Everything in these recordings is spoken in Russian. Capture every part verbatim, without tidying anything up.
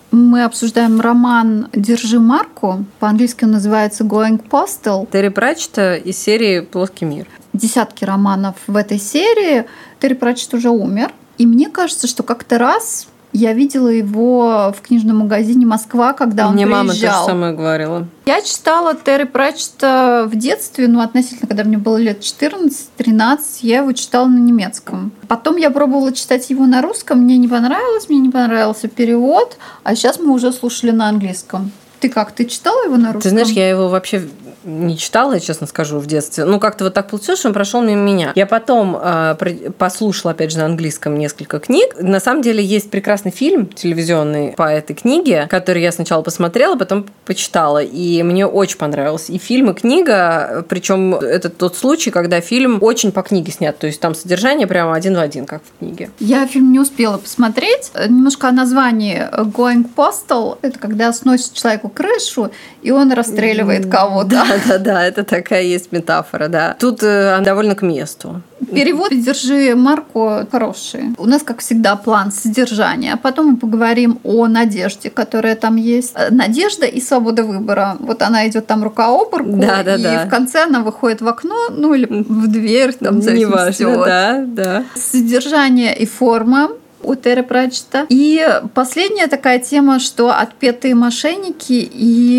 Мы обсуждаем роман «Держи марку». По-английски он называется «Going Postal». Терри Пратчетта из серии «Плоский мир». Десятки романов в этой серии. Терри Пратчетт уже умер. И мне кажется, что как-то раз я видела его в книжном магазине «Москва», когда он Мне приезжал. мама тоже самое говорила. Я читала Терри Пратчетта в детстве, ну, относительно, когда мне было лет четырнадцать-тринадцать, я его читала на немецком. Потом я пробовала читать его на русском, мне не понравилось, мне не понравился перевод, а сейчас мы уже слушали на английском. Ты как, ты читала его на русском? Ты знаешь, я его вообще не читала, я честно скажу, в детстве. Ну, как-то вот так получилось, что он прошел мимо меня. Я потом э, послушала, опять же, на английском несколько книг. На самом деле есть прекрасный фильм телевизионный по этой книге, который я сначала посмотрела, потом почитала. И мне очень понравился. И фильм, и книга. Причем это тот случай, когда фильм очень по книге снят. То есть там содержание прямо один в один, как в книге. Я фильм не успела посмотреть. Немножко о названии «Going Postal». Это когда сносит человеку крышу, и он расстреливает кого-то. Да-да-да, это такая есть метафора, да. Тут э, довольно к месту. Перевод «Держи марку» хороший. У нас, как всегда, план содержания. А потом мы поговорим о надежде, которая там есть. Надежда и свобода выбора. Вот она идет там рука об руку, да, да, и да. в конце она выходит в окно, ну или в дверь, там, в зависимости от. Да, да. Содержание и форма у Терри Пратчетта. И последняя такая тема, что отпетые мошенники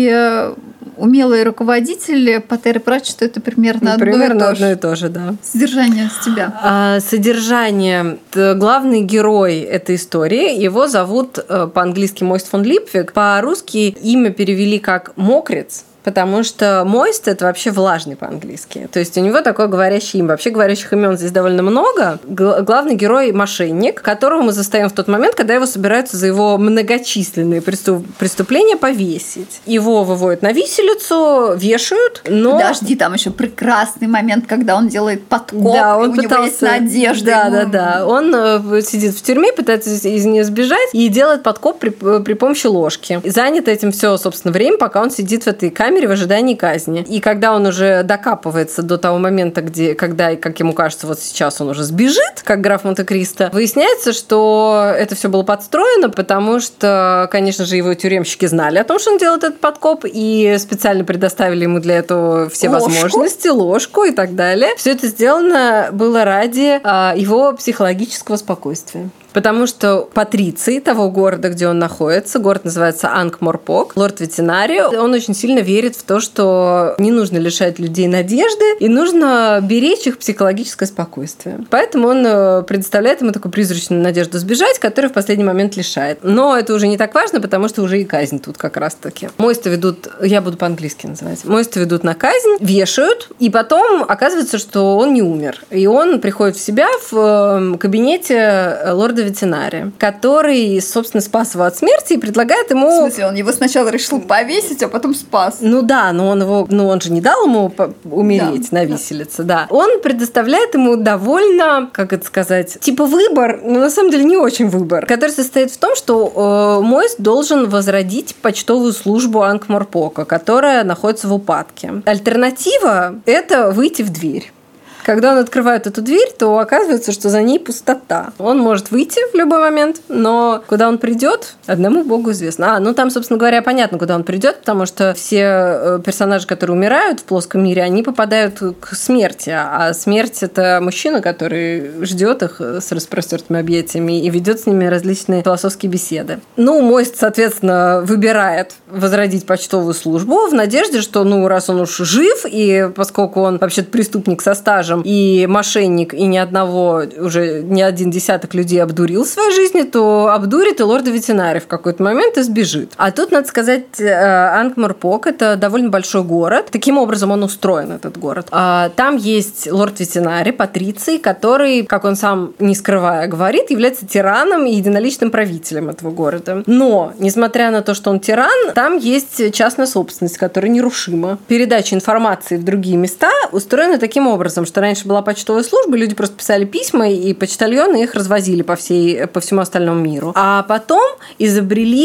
и умелые руководители по Терри Пратчетту — это примерно, примерно одно и то же. одно и то же, да. Содержание с тебя. А, содержание. Главный герой этой истории, его зовут по-английски Мойст фон Липвик, по-русски имя перевели как «Мокрец». Потому что moist — это вообще влажный по-английски. То есть у него такое говорящее имя. Вообще говорящих имен здесь довольно много. Г- главный герой — мошенник, которого мы застаем в тот момент, когда его собираются за его многочисленные преступ- преступления повесить. Его выводят на виселицу, вешают, но... Подожди, там еще прекрасный момент, когда он делает подкоп, да, он и у пытался... него есть надежда. Да, ему... да, да. Он э, сидит в тюрьме, пытается из нее сбежать и делает подкоп при, при помощи ложки. И занято этим все, собственно, время, пока он сидит в этой камере в ожидании казни. И когда он уже докапывается до того момента, где, когда, как ему кажется, вот сейчас он уже сбежит, как граф Монте-Кристо, выясняется, что это все было подстроено, потому что, конечно же, его тюремщики знали о том, что он делает этот подкоп, и специально предоставили ему для этого все ложку. возможности, ложку и так далее. Все это сделано было ради а, его психологического спокойствия. Потому что патриций того города, где он находится, город называется Анкморпок, лорд-ветеринарий, он очень сильно верит в то, что не нужно лишать людей надежды и нужно беречь их психологическое спокойствие. Поэтому он предоставляет ему такую призрачную надежду сбежать, которую в последний момент лишает. Но это уже не так важно, потому что уже и казнь тут как раз-таки. Мойста ведут, я буду по-английски называть, Мойста ведут на казнь, вешают, и потом оказывается, что он не умер. И он приходит в себя в кабинете лорда ветеринария, который, собственно, спас его от смерти и предлагает ему... В смысле, он его сначала решил повесить, а потом спас? Ну да, но он его, ну он же не дал ему умереть да, на виселице, да. да. Он предоставляет ему довольно, как это сказать, типа выбор, но на самом деле не очень выбор, который состоит в том, что э, Мойст должен возродить почтовую службу Анкморпока, которая находится в упадке. Альтернатива – это выйти в дверь. Когда он открывает эту дверь, то оказывается, что за ней пустота. Он может выйти в любой момент, но куда он придет, одному богу известно. А, ну там, собственно говоря, понятно, куда он придет, потому что все персонажи, которые умирают в плоском мире, они попадают к смерти. А смерть – это мужчина, который ждет их с распростертыми объятиями и ведет с ними различные философские беседы. Ну, Мойст, соответственно, выбирает возродить почтовую службу в надежде, что, ну, раз он уж жив, и поскольку он вообще-то преступник со стажем, и мошенник, и ни одного, уже не один десяток людей обдурил в своей жизни, то обдурит и лорда ветеринария в какой-то момент и сбежит. А тут, надо сказать, Анкморпок – это довольно большой город. Таким образом он устроен, этот город. Там есть лорд ветеринарий, патриций, который, как он сам не скрывая говорит, является тираном и единоличным правителем этого города. Но, несмотря на то, что он тиран, там есть частная собственность, которая нерушима. Передача информации в другие места устроена таким образом, что раньше была почтовая служба, люди просто писали письма, и почтальоны их развозили по, всей, по всему остальному миру. А потом изобрели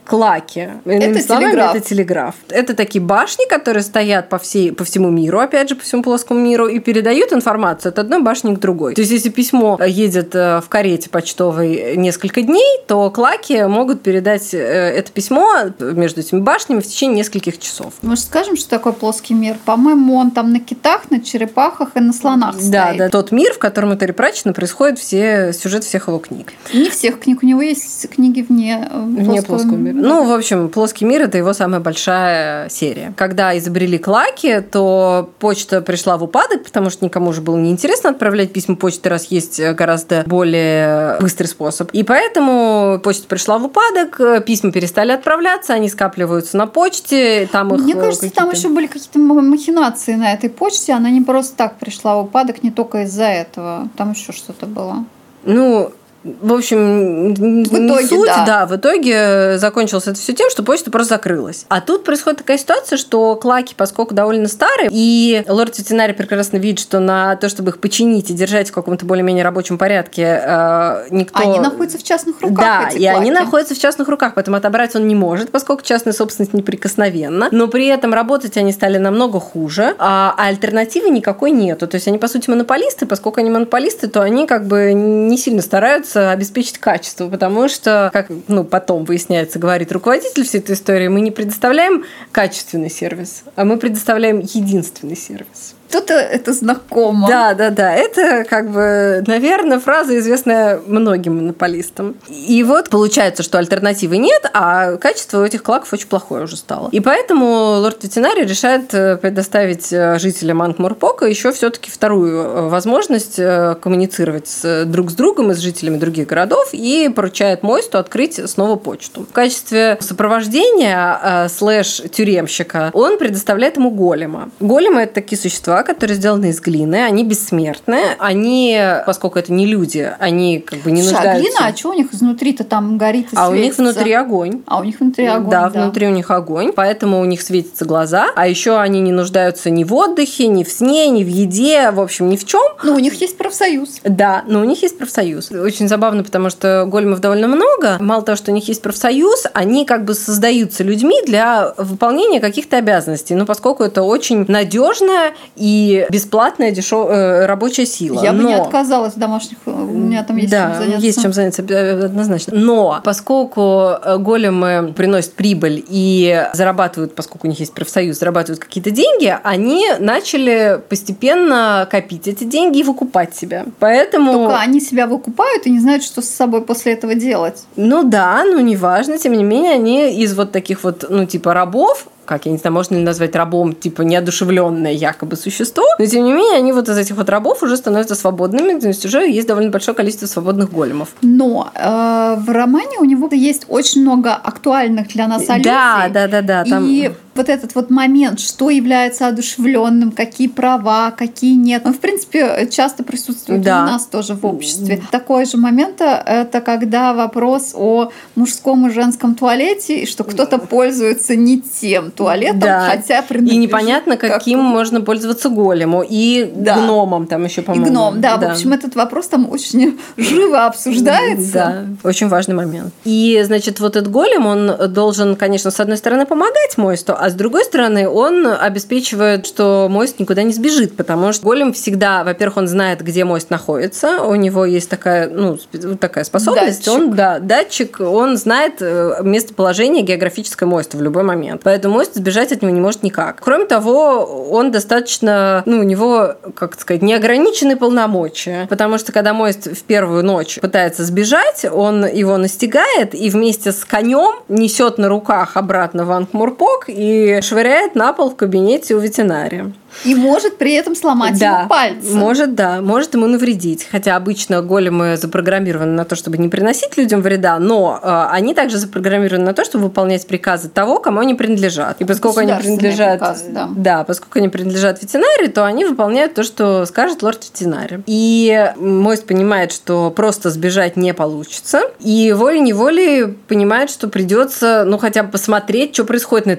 Клаки. Это словами, телеграф. Это телеграф. Это такие башни, которые стоят по, всей, по всему миру, опять же, по всему плоскому миру, и передают информацию от одной башни к другой. То есть, если письмо едет в карете почтовой несколько дней, то клаки могут передать это письмо между этими башнями в течение нескольких часов. Может, скажем, что такое плоский мир? По-моему, он там на китах, на черепахах и на слонах стоит. Да, да, тот мир, в котором у Терри Пратчетта происходит все, сюжет всех его книг. Не всех книг. У него есть книги вне, вне плоского мира. Ну, в общем, плоский мир – это его самая большая серия. Когда изобрели клаки, то почта пришла в упадок, потому что никому уже было неинтересно отправлять письма почты, раз есть гораздо более быстрый способ. И поэтому почта пришла в упадок, письма перестали отправляться, они скапливаются на почте. Там их Мне кажется, какие-то... там еще были какие-то махинации на этой почте. Она не просто так пришла в упадок, не только из-за этого. Там еще что-то было. Ну... В общем, в итоге, не суть, да. да, в итоге закончилось это все тем, что почта просто закрылась. А тут происходит такая ситуация, что клаки, поскольку довольно старые, и лорд Ветеринарий прекрасно видит, что на то, чтобы их починить и держать в каком-то более-менее рабочем порядке, никто... Они находятся в частных руках, Да, эти и клаки. они находятся в частных руках, поэтому отобрать он не может, поскольку частная собственность неприкосновенна. Но при этом работать они стали намного хуже, а альтернативы никакой нету. То есть они, по сути, монополисты, поскольку они монополисты, то они как бы не сильно стараются обеспечить качество, потому что, как ну, потом выясняется, говорит руководитель всей этой истории, мы не предоставляем качественный сервис, а мы предоставляем единственный сервис. Что-то это знакомо. Да, да, да. Это, как бы, наверное, фраза, известная многим монополистам. И вот получается, что альтернативы нет, а качество у этих клаков очень плохое уже стало. И поэтому лорд Ветеринарий решает предоставить жителям Анкморпока еще все-таки вторую возможность коммуницировать с, друг с другом и с жителями других городов и поручает Мойсту открыть снова почту. В качестве сопровождения слэш-тюремщика он предоставляет ему голема. Големы – это такие существа, которые сделаны из глины, они бессмертные, они, поскольку это не люди, они как бы не Слушай, нуждаются... а глина, а что у них изнутри-то там горит и А светится? у них внутри огонь. А у них внутри огонь, да. да. внутри у них огонь, поэтому у них светятся глаза, а еще они не нуждаются ни в отдыхе, ни в сне, ни в еде, в общем, ни в чем. Но у них есть профсоюз. Да, но у них есть профсоюз. Очень забавно, потому что големов довольно много. Мало того, что у них есть профсоюз, они как бы создаются людьми для выполнения каких-то обязанностей. Ну, поскольку это очень надежная и бесплатная дешевая рабочая сила. Я но... бы не отказалась в домашних. У меня там есть да, чем заняться. есть чем заняться, однозначно. Но поскольку големы приносят прибыль и зарабатывают, поскольку у них есть профсоюз, зарабатывают какие-то деньги, они начали постепенно копить эти деньги и выкупать себя. Поэтому... Только они себя выкупают и не знают, что с собой после этого делать. Ну да, ну неважно. Тем не менее, они из вот таких вот, ну типа рабов, как, я не знаю, можно ли назвать рабом, типа, неодушевленное якобы существо, но, тем не менее, они вот из этих вот рабов уже становятся свободными, то есть уже есть довольно большое количество свободных големов. Но э, в романе у него есть очень много актуальных для нас аллюзий. Да, да, да, да. Там... И вот этот вот момент, что является одушевленным, какие права, какие нет, он, в принципе, часто присутствует да. у нас тоже в обществе. Такой же момент – это когда вопрос о мужском и женском туалете, и что кто-то пользуется не тем туалетом, да. хотя принадлежит... И непонятно, каким как... можно пользоваться голему. И да. гномом там еще, по-моему. И гном, да, да. В общем, этот вопрос там очень живо обсуждается. Да, очень важный момент. И, значит, вот этот голем, он должен, конечно, с одной стороны, помогать Мойсту, а с другой стороны, он обеспечивает, что Мойст никуда не сбежит, потому что голем всегда, во-первых, он знает, где Мойст находится, у него есть такая, ну, такая способность. Датчик. Он, да, датчик, он знает местоположение географическое Мойста в любой момент. Поэтому Мойст сбежать от него не может никак. Кроме того, он достаточно, ну, у него, как сказать, неограниченные полномочия, потому что когда Мойст в первую ночь пытается сбежать, он его настигает и вместе с конем несет на руках обратно в Анкморпок и швыряет на пол в кабинете у ветеринария. И может при этом сломать да, ему пальцы. Может, да, может ему навредить. Хотя обычно големы запрограммированы на то, чтобы не приносить людям вреда, но э, они также запрограммированы на то, чтобы выполнять приказы того, кому они принадлежат. И поскольку они принадлежат, приказ, да. да, поскольку они принадлежат ветеринарию, то они выполняют то, что скажет лорд ветеринарий. И Мойст понимает, что просто сбежать не получится, и волей-неволей понимает, что придется, ну, хотя бы посмотреть, что происходит на этой почте,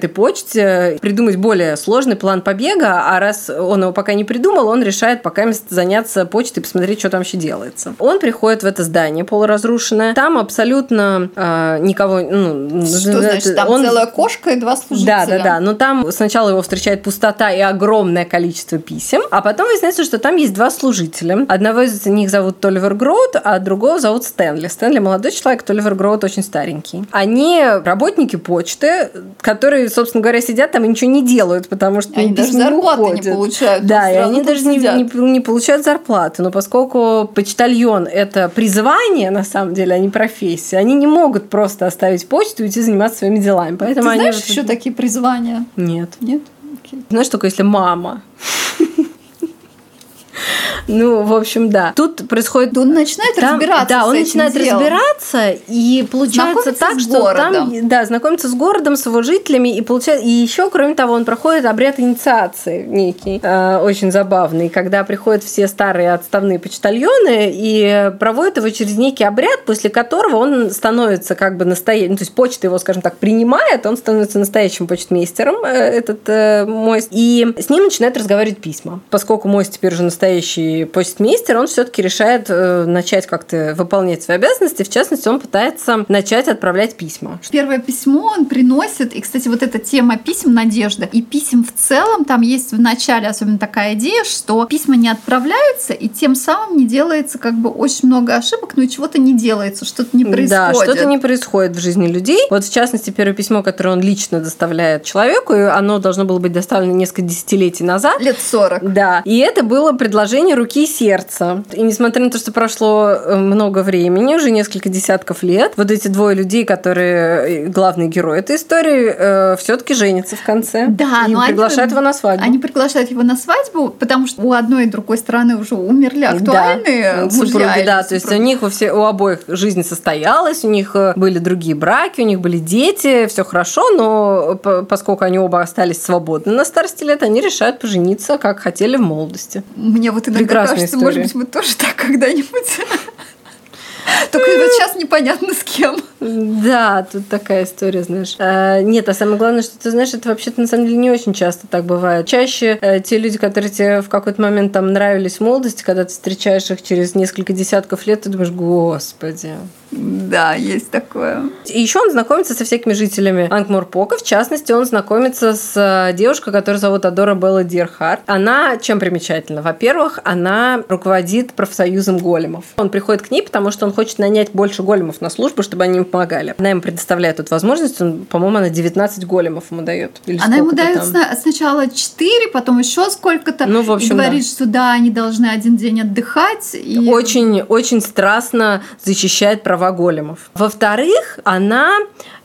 придумать более сложный план побега, а раз он его пока не придумал, он решает пока заняться почтой и посмотреть, что там вообще делается. Он приходит в это здание полуразрушенное. Там абсолютно э, никого... Ну, что значит? Там он... целая кошка и два служителя. Да, да, да. Но там сначала его встречает пустота и огромное количество писем, а потом выясняется, что там есть два служителя. Одного из них зовут Толивер Гроут, а другого зовут Стэнли. Стэнли молодой человек, Толивер Гроут очень старенький. Они работники почты, которые, собственно говоря, сидят там и ничего не делают, потому что они даже зарплаты не, не получают. Да, и они даже не, не, не получают зарплаты. Но поскольку почтальон – это призвание, на самом деле, а не профессия, они не могут просто оставить почту и идти заниматься своими делами. Поэтому Ты они знаешь вот... еще такие призвания? Нет. Нет? Окей. Знаешь, только если мама. Ну, в общем, да. Тут происходит... Он начинает там, разбираться Да, с он этим начинает делом. разбираться, и получается так, что городом. там... Да, знакомиться с городом, с его жителями, и получается... И еще, кроме того, он проходит обряд инициации некий, э, очень забавный, когда приходят все старые отставные почтальоны и проводят его через некий обряд, после которого он становится как бы настоящим... Ну, то есть почта его, скажем так, принимает, он становится настоящим почтмейстером, э, этот э, Мойст, и с ним начинает разговаривать письма. Поскольку Мойст теперь уже настоящий почтмейстер, он все-таки решает э, начать как-то выполнять свои обязанности. В частности, он пытается начать отправлять письма. Первое письмо он приносит, и, кстати, вот эта тема писем надежда, и писем в целом, там есть в начале особенно такая идея, что письма не отправляются, и тем самым не делается как бы очень много ошибок, но и чего-то не делается, что-то не происходит. Да, что-то не происходит в жизни людей. Вот, в частности, первое письмо, которое он лично доставляет человеку, и оно должно было быть доставлено несколько десятилетий назад. Лет сорок. Да. И это было предложение руки и сердца. И несмотря на то, что прошло много времени, уже несколько десятков лет, вот эти двое людей, которые главные герои этой истории, э, все-таки женятся в конце. Да, и но приглашают они, его на свадьбу. Они приглашают его на свадьбу, потому что у одной и другой стороны уже умерли актуальные да, мужья. Супруги, да, супруги. То есть у них у, все, у обоих жизнь состоялась, у них были другие браки, у них были дети, все хорошо, но поскольку они оба остались свободны на старости лет, они решают пожениться, как хотели в молодости. Мне вот иногда Прекрасная кажется, история. может быть, мы тоже так когда-нибудь... Только вот сейчас непонятно с кем. Да, тут такая история, знаешь. А, нет, а самое главное, что ты знаешь, это вообще-то на самом деле не очень часто так бывает. Чаще э, те люди, которые тебе в какой-то момент там нравились в молодости, когда ты встречаешь их через несколько десятков лет, ты думаешь, господи. Да, есть такое. И еще он знакомится со всякими жителями Анкморпока. В частности, он знакомится с девушкой, которую зовут Адора Белла Дирхарт. Она чем примечательна? Во-первых, она руководит профсоюзом големов. Он приходит к ней, потому что он хочет нанять больше големов на службу, чтобы они ему помогали. Она ему предоставляет эту возможность. Он, по-моему, она девятнадцать големов ему дает. Или она ему дает там. сначала четыре, потом еще сколько-то. Ну, в общем, и говорит, да. что да, они должны один день отдыхать. И... Очень, очень страстно защищает права големов. Во-вторых, она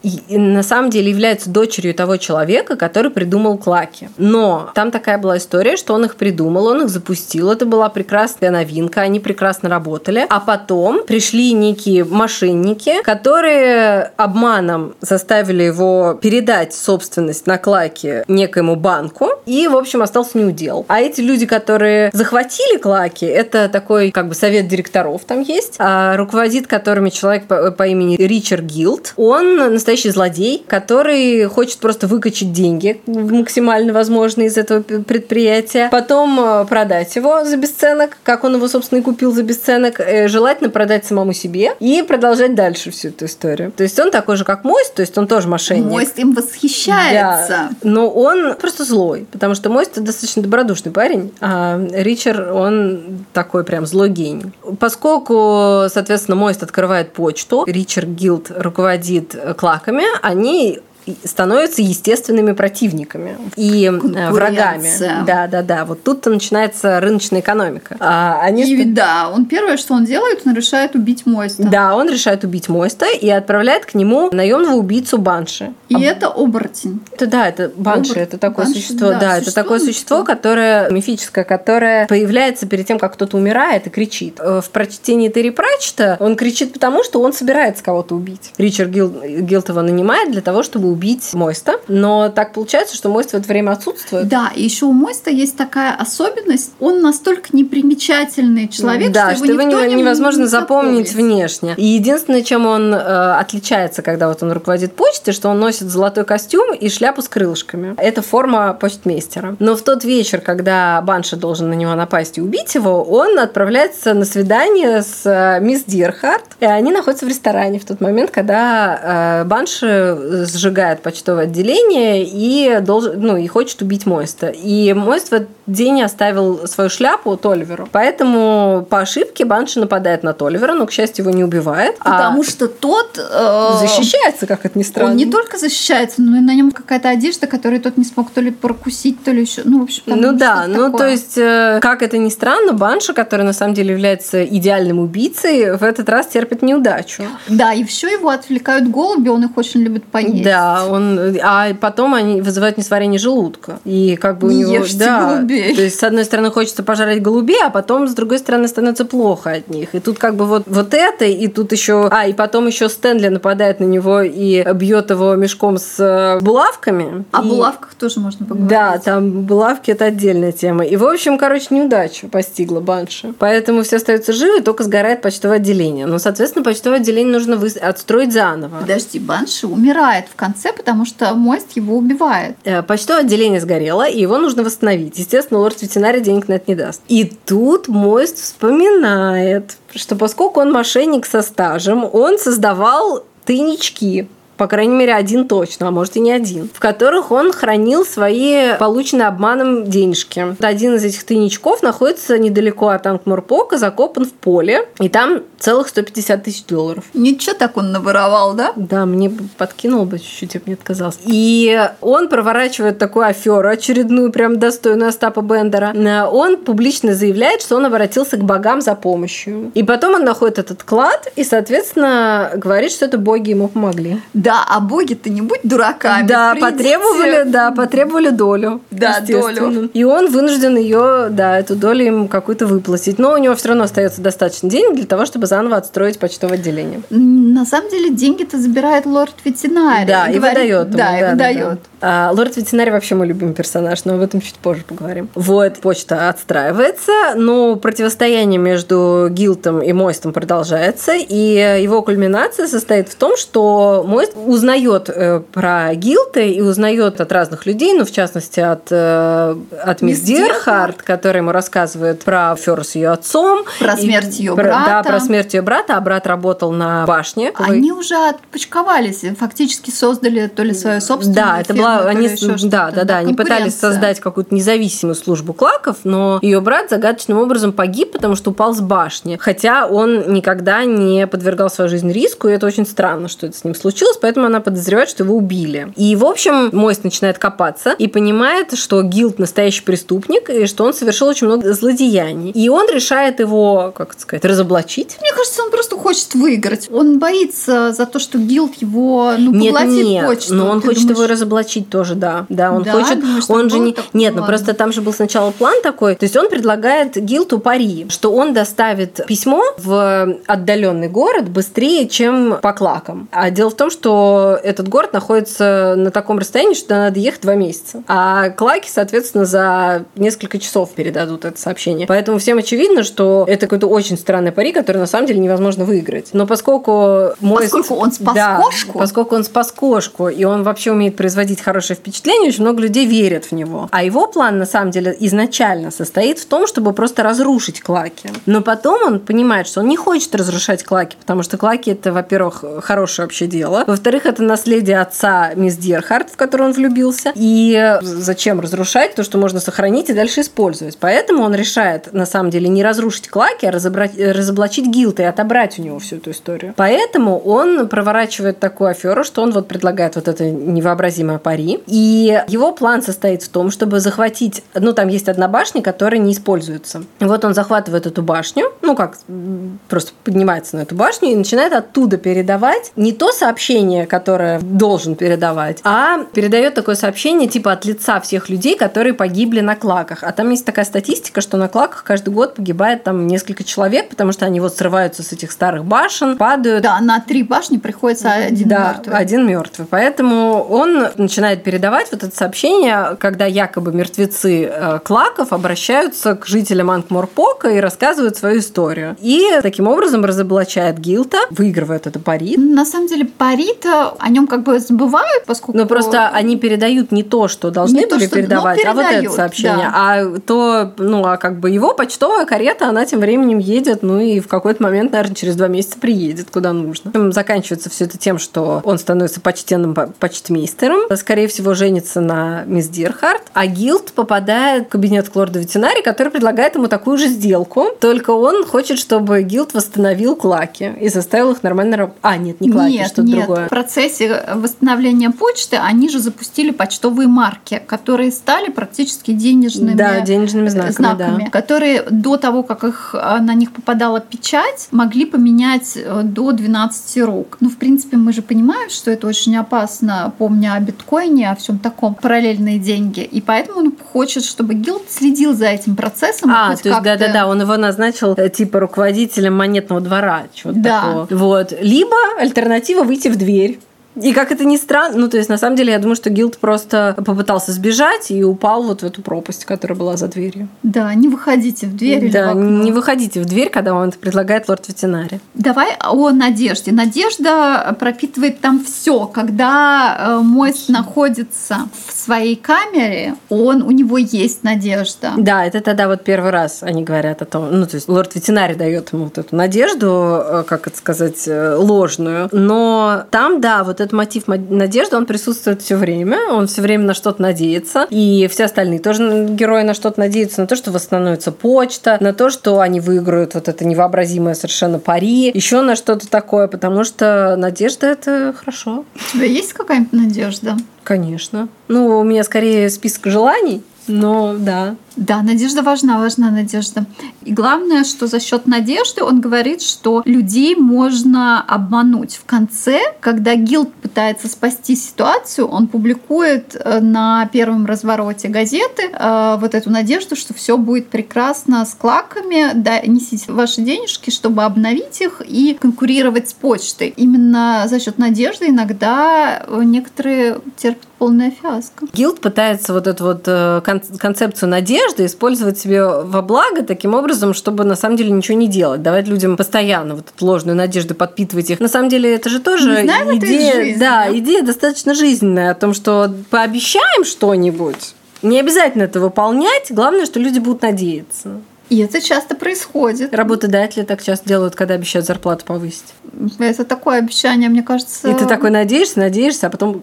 на самом деле является дочерью того человека, который придумал клаки. Но там такая была история, что он их придумал, он их запустил. Это была прекрасная новинка, они прекрасно работали. А потом пришли некие мошенники, которые обманом заставили его передать собственность на клаки некоему банку, и, в общем, остался неудел. А эти люди, которые захватили клаки, это такой как бы совет директоров там есть, а руководит которыми человек по, по имени Ричард Гилд. Он настоящий злодей, который хочет просто выкачать деньги максимально возможно из этого предприятия, потом продать его за бесценок, как он его, собственно, и купил за бесценок, желательно продать самому себе и продолжать дальше всю эту историю. То есть он такой же, как Мойст, то есть он тоже мошенник. Мойст им восхищается. Да, но он просто злой, потому что Мойст достаточно добродушный парень, а Ричард, он такой прям злой гений. Поскольку, соответственно, Мойст открывает почту, Ричард Гилд руководит клаками, они становятся естественными противниками и врагами. Да, да, да. Вот тут-то начинается рыночная экономика. А они... И, да, он первое, что он делает, он решает убить Мойста. Да, он решает убить Мойста и отправляет к нему наемного убийцу Банши. И а... это оборотень. Это да, это Банши, Обор... это такое Банши, существо. Да, да это такое существо, которое мифическое, которое появляется перед тем, как кто-то умирает и кричит. В прочтении Терри Пратчетта он кричит потому, что он собирается кого-то убить. Ричард Гилд, Гилд его нанимает для того, чтобы убить убить Мойста. Но так получается, что Мойст в это время отсутствует. Да, и еще у Мойста есть такая особенность. Он настолько непримечательный человек, да, что, что его, его никто невозможно не запомнить запомнит. внешне. И единственное, чем он э, отличается, когда вот он руководит почтой, что он носит золотой костюм и шляпу с крылышками. Это форма почтмейстера. Но в тот вечер, когда Банши должен на него напасть и убить его, он отправляется на свидание с э, мисс Дирхарт, и они находятся в ресторане в тот момент, когда э, Банши сжигает почтовое отделение и, должен, ну, и хочет убить Мойста. И Мойст в этот день оставил свою шляпу Толиверу. Поэтому по ошибке Банши нападает на Толивера, но, к счастью, его не убивает. Потому а что тот... Э, защищается, как это ни странно. Он не только защищается, но и на нем какая-то одежда, которую тот не смог то ли прокусить, то ли еще... Ну, в общем, там ну да, ну такое. То есть, э, как это ни странно, Банши, который на самом деле является идеальным убийцей, в этот раз терпит неудачу. Да, и все его отвлекают голуби, он их очень любит поесть. Да, он... а потом они вызывают несварение желудка. И как бы не у него... ешьте да, голубей. То есть, с одной стороны, хочется пожарить голубей, а потом, с другой стороны, становится плохо от них. И тут как бы вот, вот это, и тут еще... А, и потом еще Стэнли нападает на него и бьет его мешком с булавками. О и... булавках тоже можно поговорить. Да, там булавки – это отдельная тема. И, в общем, короче, неудачу постигла Банши. Поэтому все остаются живы, только сгорает почтовое отделение. Но, соответственно, почтовое отделение нужно вы... отстроить заново. Подожди, Банши умирает в конце, потому что Мойст его убивает. Почтовое отделение сгорело, и его нужно восстановить. Естественно, лорд-ветеринарий денег на это не даст. И тут Мойст вспоминает, что поскольку он мошенник со стажем, он создавал тайнички, по крайней мере, один точно, а может и не один, в которых он хранил свои полученные обманом денежки. Один из этих тайничков находится недалеко от Анкморпока, закопан в поле, и там целых сто пятьдесят тысяч долларов. Ничего так он наворовал, да? Да, мне бы подкинул бы чуть-чуть, я бы не отказалась. И он проворачивает такую аферу очередную, прям достойную Остапа Бендера. Он публично заявляет, что он обратился к богам за помощью. И потом он находит этот клад и, соответственно, говорит, что это боги ему помогли. Да, а боги-то не будь дураками. Да, придите. потребовали, да, потребовали долю. Да, долю. И он вынужден ее, да, эту долю им какую-то выплатить. Но у него все равно остается достаточно денег для того, чтобы заново отстроить почтовое отделение. На самом деле деньги-то забирает лорд-ветеринарий. Да, и, и говорит, выдает ему. Да, и да, выдает. Да, да. А, лорд-ветеринарий вообще мой любимый персонаж, но об этом чуть позже поговорим. Вот, почта отстраивается, но противостояние между Гилтом и Мойстом продолжается, и его кульминация состоит в том, что Мойст узнает э, про Гилта и узнает от разных людей, ну, в частности, от, э, от мисс Дирхарт, которая ему рассказывает про аферу с ее отцом. Про смерть ее про, брата. Да, про смерть ее брата, а брат работал на башне. Они уже отпочковались, фактически создали то ли свою собственную Да, это фирму, была, они, да, да, да, да, они пытались создать какую-то независимую службу клаков, но ее брат загадочным образом погиб, потому что упал с башни. Хотя он никогда не подвергал свою жизнь риску, и это очень странно, что это с ним случилось, поэтому она подозревает, что его убили. И, в общем, Мойст начинает копаться и понимает, что Гилт настоящий преступник, и что он совершил очень много злодеяний. И он решает его, как это сказать, разоблачить. Мне кажется, он просто хочет выиграть. Он боится за то, что Гилт его, ну, поглотит нет, нет, почту. но он Ты хочет думаешь... его разоблачить тоже, да. Да, он да? хочет... Думаешь, он же не... Нет, ну ладно. просто там же был сначала план такой. То есть он предлагает Гилту пари, что он доставит письмо в отдаленный город быстрее, чем по клакам. А дело в том, что этот город находится на таком расстоянии, что надо ехать два месяца. А клаки, соответственно, за несколько часов передадут это сообщение. Поэтому всем очевидно, что это какой-то очень странный пари, который на самом деле невозможно выиграть. Но поскольку... Мойст... Поскольку он спас да, кошку? Поскольку он спас кошку, и он вообще умеет производить хорошее впечатление, очень много людей верят в него. А его план, на самом деле, изначально состоит в том, чтобы просто разрушить клаки. Но потом он понимает, что он не хочет разрушать клаки, потому что клаки – это, во-первых, хорошее вообще дело. Во-вторых, это наследие отца мисс Дирхарт, в которую он влюбился. И зачем разрушать то, что можно сохранить и дальше использовать? Поэтому он решает, на самом деле, не разрушить клаки, а разобрать, разоблачить Гилта и отобрать у него всю эту историю. Поэтому он проворачивает такую аферу, что он вот предлагает вот это невообразимое пари. И его план состоит в том, чтобы захватить... Ну, там есть одна башня, которая не используется. И вот он захватывает эту башню, ну, как, просто поднимается на эту башню и начинает оттуда передавать не то сообщение, которое должен передавать, а передает такое сообщение типа от лица всех людей, которые погибли на клаках. А там есть такая статистика, что на клаках каждый год погибает там несколько человек, потому что они вот срываются срываются с этих старых башен, падают. Да, на три башни приходится один да, мертвый. один мертвый. Поэтому он начинает передавать вот это сообщение, когда якобы мертвецы э, клаков обращаются к жителям Анкморпока и рассказывают свою историю. И таким образом разоблачает Гилта, выигрывает это пари. На самом деле пари-то о нем как бы забывают, поскольку... Но просто они передают не то, что должны не были то, что... передавать, а вот это сообщение. Да. А то, ну, а как бы его почтовая карета, она тем временем едет, ну и в какой-то момент, наверное, через два месяца приедет куда нужно. Заканчивается все это тем, что он становится почтенным почтмейстером, скорее всего, женится на мисс Дирхарт, а Гилт попадает в кабинет к лорду ветеринарии, который предлагает ему такую же сделку, только он хочет, чтобы Гилт восстановил клаки и заставил их нормально работать. А, нет, не клаки, нет, что-то нет. другое. В процессе восстановления почты они же запустили почтовые марки, которые стали практически денежными, да, денежными знаками, знаками да. которые до того, как их, на них попадала печать, могли поменять до двенадцати рук. Ну, в принципе, мы же понимаем, что это очень опасно, помня о биткоине, о всем таком, параллельные деньги. И поэтому он хочет, чтобы Гилт следил за этим процессом. А, то есть, да-да-да, он его назначил типа руководителем монетного двора, чего-то да. такого. Вот. Либо альтернатива выйти в дверь. И как это ни странно, ну, то есть, на самом деле, я думаю, что Гилт просто попытался сбежать и упал вот в эту пропасть, которая была за дверью. Да, не выходите в дверь. Да, не выходите в дверь, когда вам это предлагает лорд ветеринарий. Давай о Надежде. Надежда пропитывает там все. Когда Мойст находится в своей камере, он, у него есть надежда. Да, это тогда вот первый раз они говорят о том, ну, то есть, лорд ветеринарий дает ему вот эту надежду, как это сказать, ложную, но там, да, вот этот мотив надежды, он присутствует все время, он все время на что-то надеется, и все остальные тоже герои на что-то надеются, на то, что восстановится почта, на то, что они выиграют вот это невообразимое совершенно пари, еще на что-то такое, потому что надежда – это хорошо. У тебя есть какая-нибудь надежда? Конечно. Ну, у меня скорее список желаний, но да. Да, надежда важна, важна надежда. И главное, что за счет надежды он говорит, что людей можно обмануть. В конце, когда Гилт пытается спасти ситуацию, он публикует на первом развороте газеты э, вот эту надежду, что все будет прекрасно с клаками, да, несите ваши денежки, чтобы обновить их и конкурировать с почтой. Именно за счет надежды иногда некоторые терпят полная фиаско. Гилт пытается вот эту вот концепцию надежды использовать себе во благо таким образом, чтобы на самом деле ничего не делать, давать людям постоянно вот эту ложную надежду, подпитывать их. На самом деле это же тоже знаем, идея, это жизнь, да, да, идея достаточно жизненная о том, что пообещаем что-нибудь, не обязательно это выполнять, главное, что люди будут надеяться. И это часто происходит. Работодатели так часто делают, когда обещают зарплату повысить. Это такое обещание, мне кажется. И ты такой надеешься, надеешься, а потом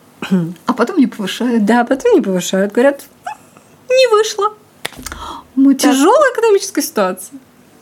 А потом не повышают. Да, потом не повышают. Говорят, не вышло. Мы Тяжелая так... экономическая ситуация.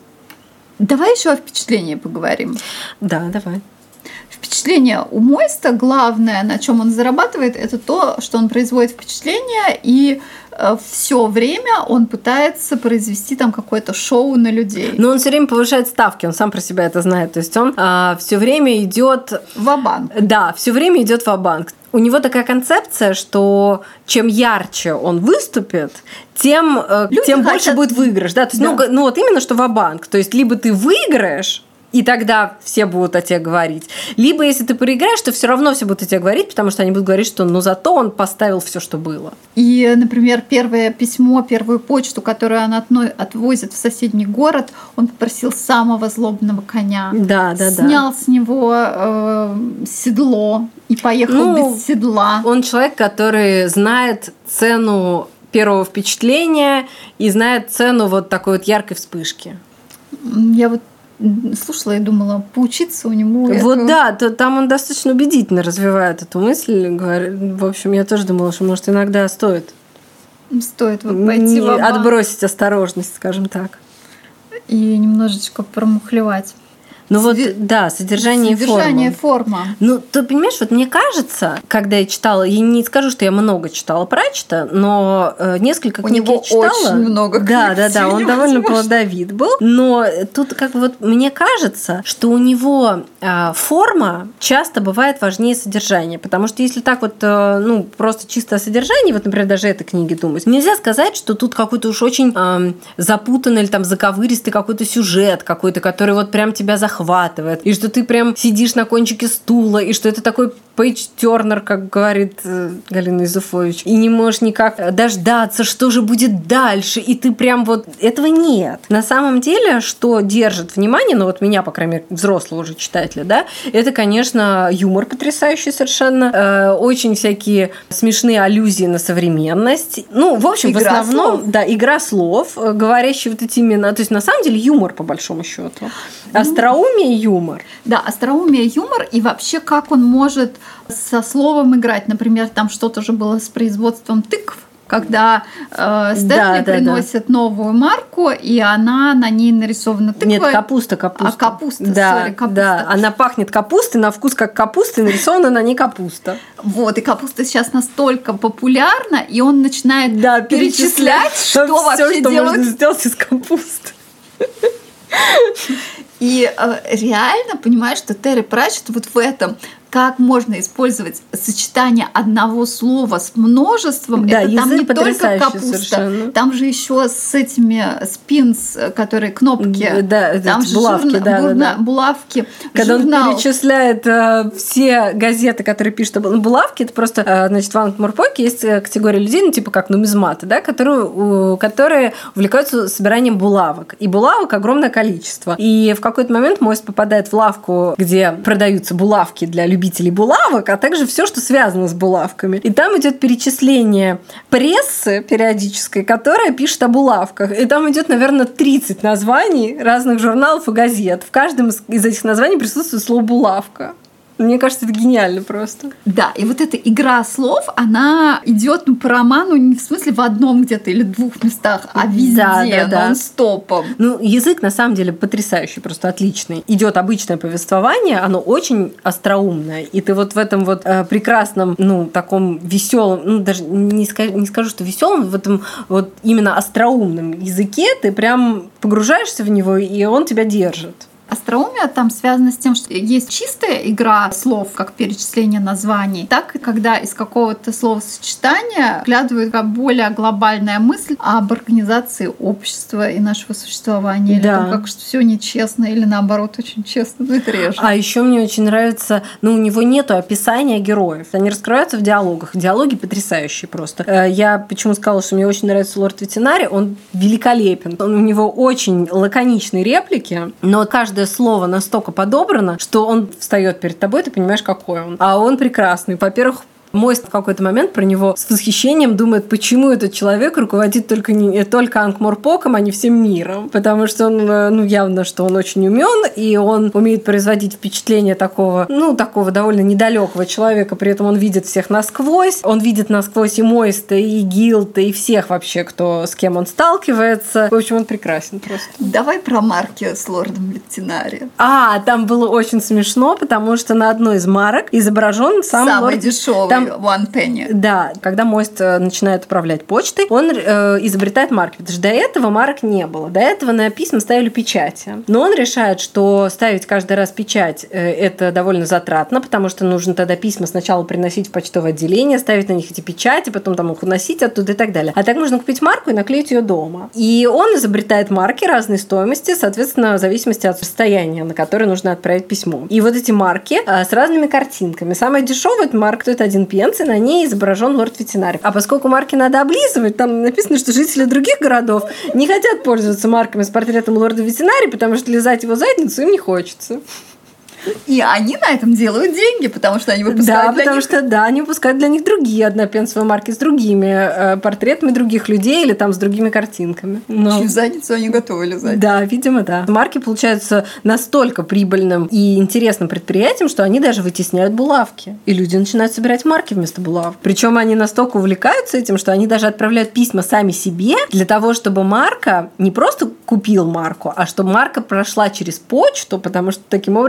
Давай еще о впечатлении поговорим. Да, давай. Впечатление у Мойста, главное, на чем он зарабатывает, это то, что он производит впечатление, и э, все время он пытается произвести там какое-то шоу на людей. Но он все время повышает ставки, он сам про себя это знает. То есть он э, все время идет ва-банк. Да, все время идет ва-банк. У него такая концепция, что чем ярче он выступит, тем, э, тем хотят... больше будет выигрыш. Да? То есть, да. Ну, ну вот именно что ва-банк. То есть либо ты выиграешь, и тогда все будут о тебе говорить. Либо, если ты проиграешь, то все равно все будут о тебе говорить, потому что они будут говорить, что ну зато он поставил все, что было. И, например, первое письмо, первую почту, которую он отвозит в соседний город, он попросил самого злобного коня. Да, да, снял да. с него э, седло и поехал ну, без седла. Он человек, который знает цену первого впечатления и знает цену вот такой вот яркой вспышки. Я вот слушала и думала, поучиться у него. Вот это... да, то, там он достаточно убедительно развивает эту мысль. В общем, я тоже думала, что, может, иногда стоит. Стоит вот пойти в отбросить осторожность, скажем так. И немножечко промухлевать. Ну вот, да, содержание и форма. Содержание и форма. Ну, ты понимаешь, вот мне кажется, когда я читала, я не скажу, что я много читала Пратчетта, но э, несколько У книг него я читала. очень много книг. Да, да, да, он довольно плодовит был. Но тут как бы вот мне кажется, что у него форма часто бывает важнее содержания, потому что если так вот, ну, просто чисто о содержании, вот, например, даже этой книги думать, нельзя сказать, что тут какой-то уж очень э, запутанный или там заковыристый какой-то сюжет какой-то, который вот прям тебя захватывает, и что ты прям сидишь на кончике стула, и что это такой пейдж-тернер, как говорит Галина Юзефович, и не можешь никак дождаться, что же будет дальше, и ты прям вот... Этого нет. На самом деле, что держит внимание, ну вот меня, по крайней мере, взрослого уже читателя, да, это, конечно, юмор потрясающий совершенно, э, очень всякие смешные аллюзии на современность. Ну, в общем, игра в основном, слов. Да, игра слов, говорящие вот эти имена. То есть, на самом деле, юмор, по большому счету. Остроумие и юмор. Да, остроумие, юмор, и вообще, как он может со словом играть. Например, там что-то же было с производством тыкв, когда э, Стэнли да, да, приносит да. новую марку, и она на ней нарисована тыква. Нет, капуста, капуста. А капуста, да, сори, капуста. Да, она пахнет капустой, на вкус как капуста, и нарисована на ней капуста. Вот, и капуста сейчас настолько популярна, и он начинает да, перечислять, что всё, вообще что делать. можно сделать из капусты. И э, реально понимаешь, что Терри Пратчетт вот в этом, как можно использовать сочетание одного слова с множеством, да, это там не только капуста, совершенно. Там же еще с этими спинс, которые кнопки, да, там же булавки, журна, да, бурна, да, да. булавки. Когда журнал. Он перечисляет э, все газеты, которые пишут, ну, булавки, это просто, э, значит, в Анкморпоке есть категория людей, ну, типа как нумизматы, да, которые, у, которые увлекаются собиранием булавок. И булавок огромное количество. И в какой-то момент Моэст попадает в лавку, где продаются булавки для любителей булавок, а также все, что связано с булавками. И там идет перечисление прессы периодической, которая пишет о булавках. И там идет, наверное, тридцать названий разных журналов и газет. В каждом из этих названий присутствует слово «булавка». Мне кажется, это гениально просто. Да, и вот эта игра слов, она идет ну, по роману не в смысле в одном где-то или двух местах, а везде, да, да, да. нон-стопом. Ну, язык на самом деле потрясающий, просто отличный. Идет обычное повествование, оно очень остроумное. И ты вот в этом вот э, прекрасном, ну, таком веселом, ну, даже не скажу, не скажу, что веселом, в этом вот именно остроумном языке ты прям погружаешься в него, и он тебя держит. Остроумие там связано с тем, что есть чистая игра слов, как перечисление названий, так и когда из какого-то словосочетания вглядывает более глобальная мысль об организации общества и нашего существования. Да. Или там, как что все нечестно, или наоборот очень честно, но это реже. А еще мне очень нравится, ну, у него нету описания героев. Они раскрываются в диалогах. Диалоги потрясающие просто. Я почему сказала, что мне очень нравится Лорд Ветенари, он великолепен. Он, у него очень лаконичные реплики, но каждый слово настолько подобрано, что он встает перед тобой, ты понимаешь, какой он. А он прекрасный. Во-первых, Моэст в какой-то момент про него с восхищением думает, почему этот человек руководит только, не, только Анкморпоком, а не всем миром. Потому что он, ну, явно, что он очень умен, и он умеет производить впечатление такого, ну, такого довольно недалекого человека, при этом он видит всех насквозь. Он видит насквозь и Моэста, и Гилта, и всех вообще, кто, с кем он сталкивается. В общем, он прекрасен просто. Давай про марки с Лордом Ветенари. А, там было очень смешно, потому что на одной из марок изображен сам Самый лорд... дешевый. Там One Penny. Да, когда Моэст начинает управлять почтой, он э, изобретает марки, потому что до этого марок не было. До этого на письма ставили печати. Но он решает, что ставить каждый раз печать э, это довольно затратно, потому что нужно тогда письма сначала приносить в почтовое отделение, ставить на них эти печати, потом там их уносить оттуда и так далее. А так можно купить марку и наклеить ее дома. И он изобретает марки разной стоимости, соответственно, в зависимости от расстояния, на которое нужно отправить письмо. И вот эти марки э, с разными картинками. Самая дешевая марка это один пенс, и на ней изображен Лорд Ветенари. А поскольку марки надо облизывать, там написано, что жители других городов не хотят пользоваться марками с портретом Лорда Ветенари, потому что лизать его задницу им не хочется. И они на этом делают деньги, потому что они выпускают да, для потому них... что, да, они выпускают для них другие однопенсовые марки с другими э, портретами других людей или там с другими картинками. Но... Чью задницу они готовы лизать. Да, видимо, да. Марки получаются настолько прибыльным и интересным предприятием, что они даже вытесняют булавки. И люди начинают собирать марки вместо булавок. Причем они настолько увлекаются этим, что они даже отправляют письма сами себе для того, чтобы марка не просто купил марку, а чтобы марка прошла через почту, потому что таким образом она становится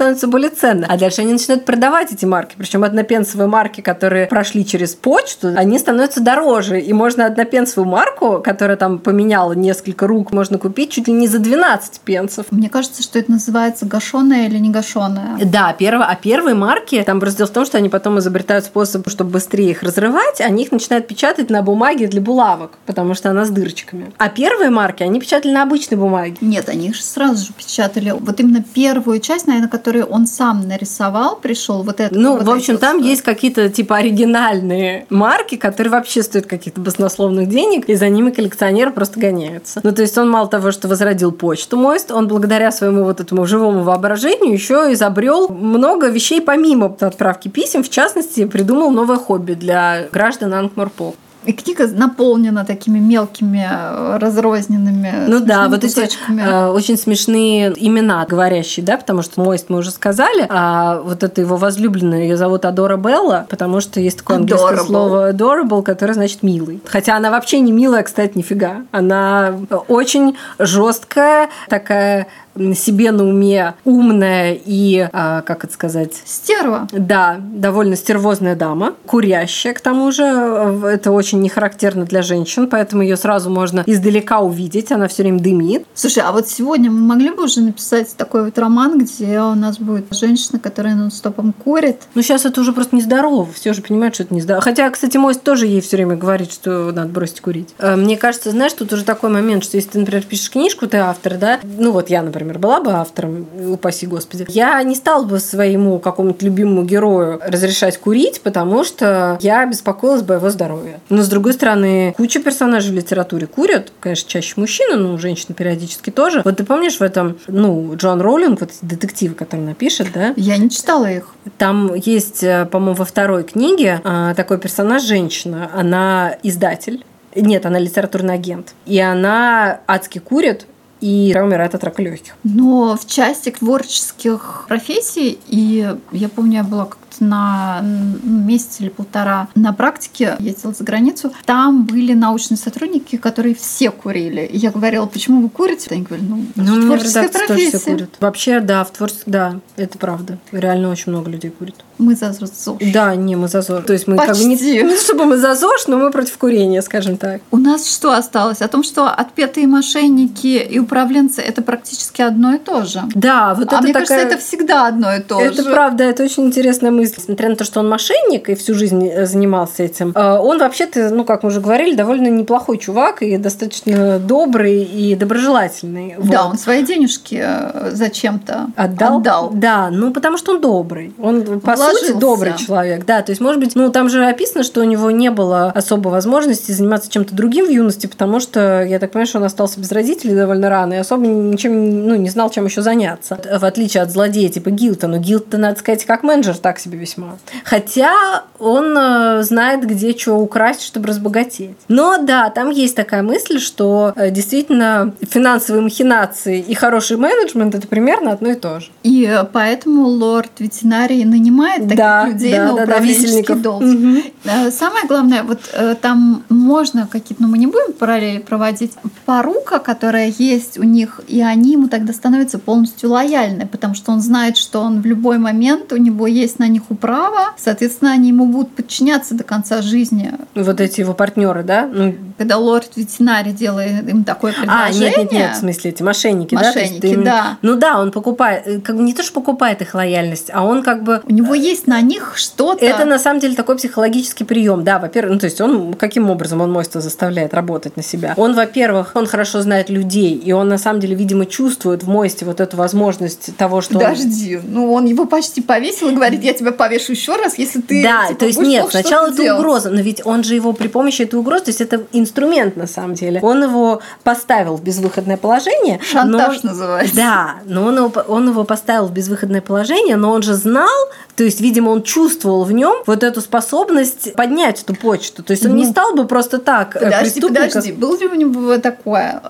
становится более ценной. А дальше они начинают продавать эти марки. Причем однопенсовые марки, которые прошли через почту, они становятся дороже. И можно однопенсовую марку, которая там поменяла несколько рук, можно купить чуть ли не за двенадцать пенсов. Мне кажется, что это называется гашеная или не гашеная. Да, перво, а первые марки, там просто дело в том, что они потом изобретают способ, чтобы быстрее их разрывать, они их начинают печатать на бумаге для булавок, потому что она с дырочками. А первые марки, они печатали на обычной бумаге. Нет, они их сразу же печатали. Вот именно первую часть, наверное, которую он сам нарисовал, пришел вот это. Ну, вот в общем, там вот. Есть какие-то типа оригинальные марки, которые вообще стоят каких-то баснословных денег, и за ними коллекционеры просто гоняются. Ну, то есть он мало того, что возродил почту Мост, он благодаря своему вот этому живому воображению еще изобрел много вещей помимо отправки писем. В частности, придумал новое хобби для граждан Анкморпорка. И книга наполнена такими мелкими разрозненными ну да, вот кусочками. Эти э, очень смешные имена говорящие, да, потому что Мост мы уже сказали, а вот это его возлюбленная, ее зовут Адора Белла, потому что есть такое английское adorable. слово adorable, которое значит милый. Хотя она вообще не милая, кстати, нифига. Она очень жесткая, такая себе на уме, умная и, а, как это сказать... Стерва. Да, довольно стервозная дама, курящая, к тому же. Это очень не характерно для женщин, поэтому ее сразу можно издалека увидеть, она все время дымит. Слушай, а вот сегодня мы могли бы уже написать такой вот роман, где у нас будет женщина, которая нон-стопом курит? Ну, сейчас это уже просто нездорово, все же понимают, что это нездорово. Хотя, кстати, Мост тоже ей все время говорит, что надо бросить курить. Мне кажется, знаешь, тут уже такой момент, что если ты, например, пишешь книжку, ты автор, да, ну вот я, например, была бы автором, упаси господи, я не стала бы своему какому-то любимому герою разрешать курить, потому что я беспокоилась бы о его здоровье. Но, с другой стороны, куча персонажей в литературе курят, конечно, чаще мужчины, но женщины периодически тоже. Вот ты помнишь в этом, ну, Джон Роулинг, вот эти детективы, которые она пишет, да? Я не читала их. Там есть, по-моему, во второй книге такой персонаж женщина, она издатель. Нет, она литературный агент. И она адски курит, и умирает от рака легких. Но в части творческих профессий, и я помню, я была как-то на месяц или полтора на практике, ездила за границу, там были научные сотрудники, которые все курили. И я говорила, почему вы курите? Они говорили, ну, ну творческая профессия. Тоже все курят. Вообще, да, в творчестве, да, это правда. Реально очень много людей курит. Мы за ЗОЖ. Да, не, мы за ЗОЖ. То есть мы Почти. как бы не, не чтобы мы за ЗОЖ, но мы против курения, скажем так. У нас что осталось? О том, что отпетые мошенники и управленцы – это практически одно и то же. Да, вот а это мне такая... кажется, это всегда одно и то это же. Это правда, это очень интересная мысль. Несмотря на то, что он мошенник и всю жизнь занимался этим, он вообще-то, ну, как мы уже говорили, довольно неплохой чувак и достаточно добрый и доброжелательный. Да, вот. Он свои денежки зачем-то отдал. отдал. Да, ну, потому что он добрый. Он, по Вложился. сути, добрый человек. Да, то есть, может быть, ну, там же описано, что у него не было особой возможности заниматься чем-то другим в юности, потому что, я так понимаю, что он остался без родителей довольно рано и особо ничем, ну, не знал, чем еще заняться. В отличие от злодея типа Гилта. Но Гилта, надо сказать, как менеджер так себе весьма. Хотя он знает, где что украсть, чтобы разбогатеть. Но да, там есть такая мысль, что действительно финансовые махинации и хороший менеджмент – это примерно одно и то же. И поэтому лорд ветеринарий нанимает таких да, людей да, на да, управленческий да, долг. Угу. Самое главное, вот там можно какие-то, ну мы не будем параллели проводить, порука, которая есть у них, и они ему тогда становятся полностью лояльны, потому что он знает, что он в любой момент, у него есть на них управа, соответственно, они ему будут подчиняться до конца жизни. Вот эти его партнеры, да? Ну... Когда лорд-ветеринарий делает им такое предложение. А, нет, нет, нет, в смысле, эти мошенники, мошенники, да? Мошенники, да. Ну да, он покупает, как бы не то, что покупает их лояльность, а он как бы... У него есть на них что-то. Это на самом деле такой психологический прием, да, во-первых, ну то есть он каким образом он Моста заставляет работать на себя? Он, во-первых, он хорошо знает людей, и он на самом деле, видимо, чувствует в Мосте вот эту возможность того, что... Подожди, он... ну он его почти повесил и говорит, я тебя повешу еще раз, если ты... Да, типа, то есть нет, сначала это делать. угроза, но ведь он же его при помощи этой угрозы, то есть это инструмент на самом деле. Он его поставил в безвыходное положение. Шантаж но... называется. Да, но он его, он его поставил в безвыходное положение, но он же знал, то есть, видимо, он чувствовал в нем вот эту способность поднять эту почту. То есть он ну, не стал бы просто так подожди, подожди, было ли у него такое?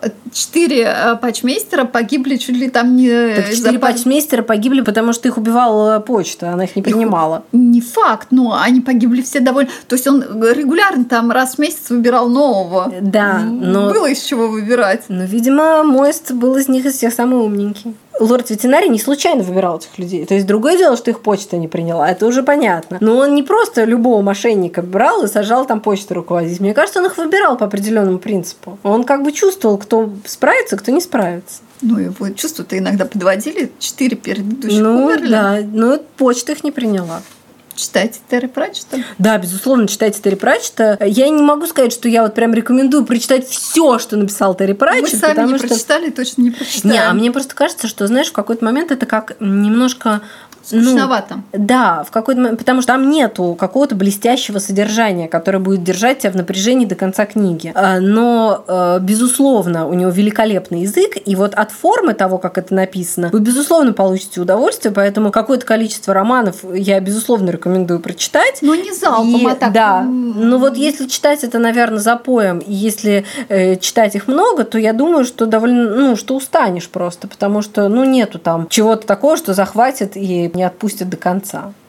Четыре почмейстера погибли чуть ли там не... Так четыре почмейстера погибли, потому что их убивала почта, она их не принимала. Их... Не факт, но они погибли все довольно... То есть он регулярно там раз в месяц выбирал нового нового. Да, но... Было из чего выбирать. Но, видимо, Моэст был из них из всех самый умненький. Лорд Ветеринарий не случайно выбирал этих людей. То есть, другое дело, что их почта не приняла, это уже понятно. Но он не просто любого мошенника брал и сажал там почту руководить. Мне кажется, он их выбирал по определенному принципу. Он как бы чувствовал, кто справится, кто не справится. Ну, его чувства-то иногда подводили. Четыре предыдущих ну, умерли. Да, но почта их не приняла. Читайте Терри Пратчетта. Да, безусловно, читайте Терри Пратчетта. Я не могу сказать, что я вот прям рекомендую прочитать все, что написал Терри Пратчетт. Мы сами потому не что... прочитали, точно не прочитаем. Не, а мне просто кажется, что, знаешь, в какой-то момент это как немножко... Скучновато. Ну, да, в какой-то момент, потому что там нету какого-то блестящего содержания, которое будет держать тебя в напряжении до конца книги. Но, безусловно, у него великолепный язык, и вот от формы того, как это написано, вы, безусловно, получите удовольствие, поэтому какое-то количество романов я, безусловно, рекомендую прочитать. Ну, не залпом, и, а так. Да, но вот если читать это, наверное, запоем, и если э, читать их много, то я думаю, что довольно, ну, что устанешь просто, потому что, ну, нету там чего-то такого, что захватит и не отпустят до конца.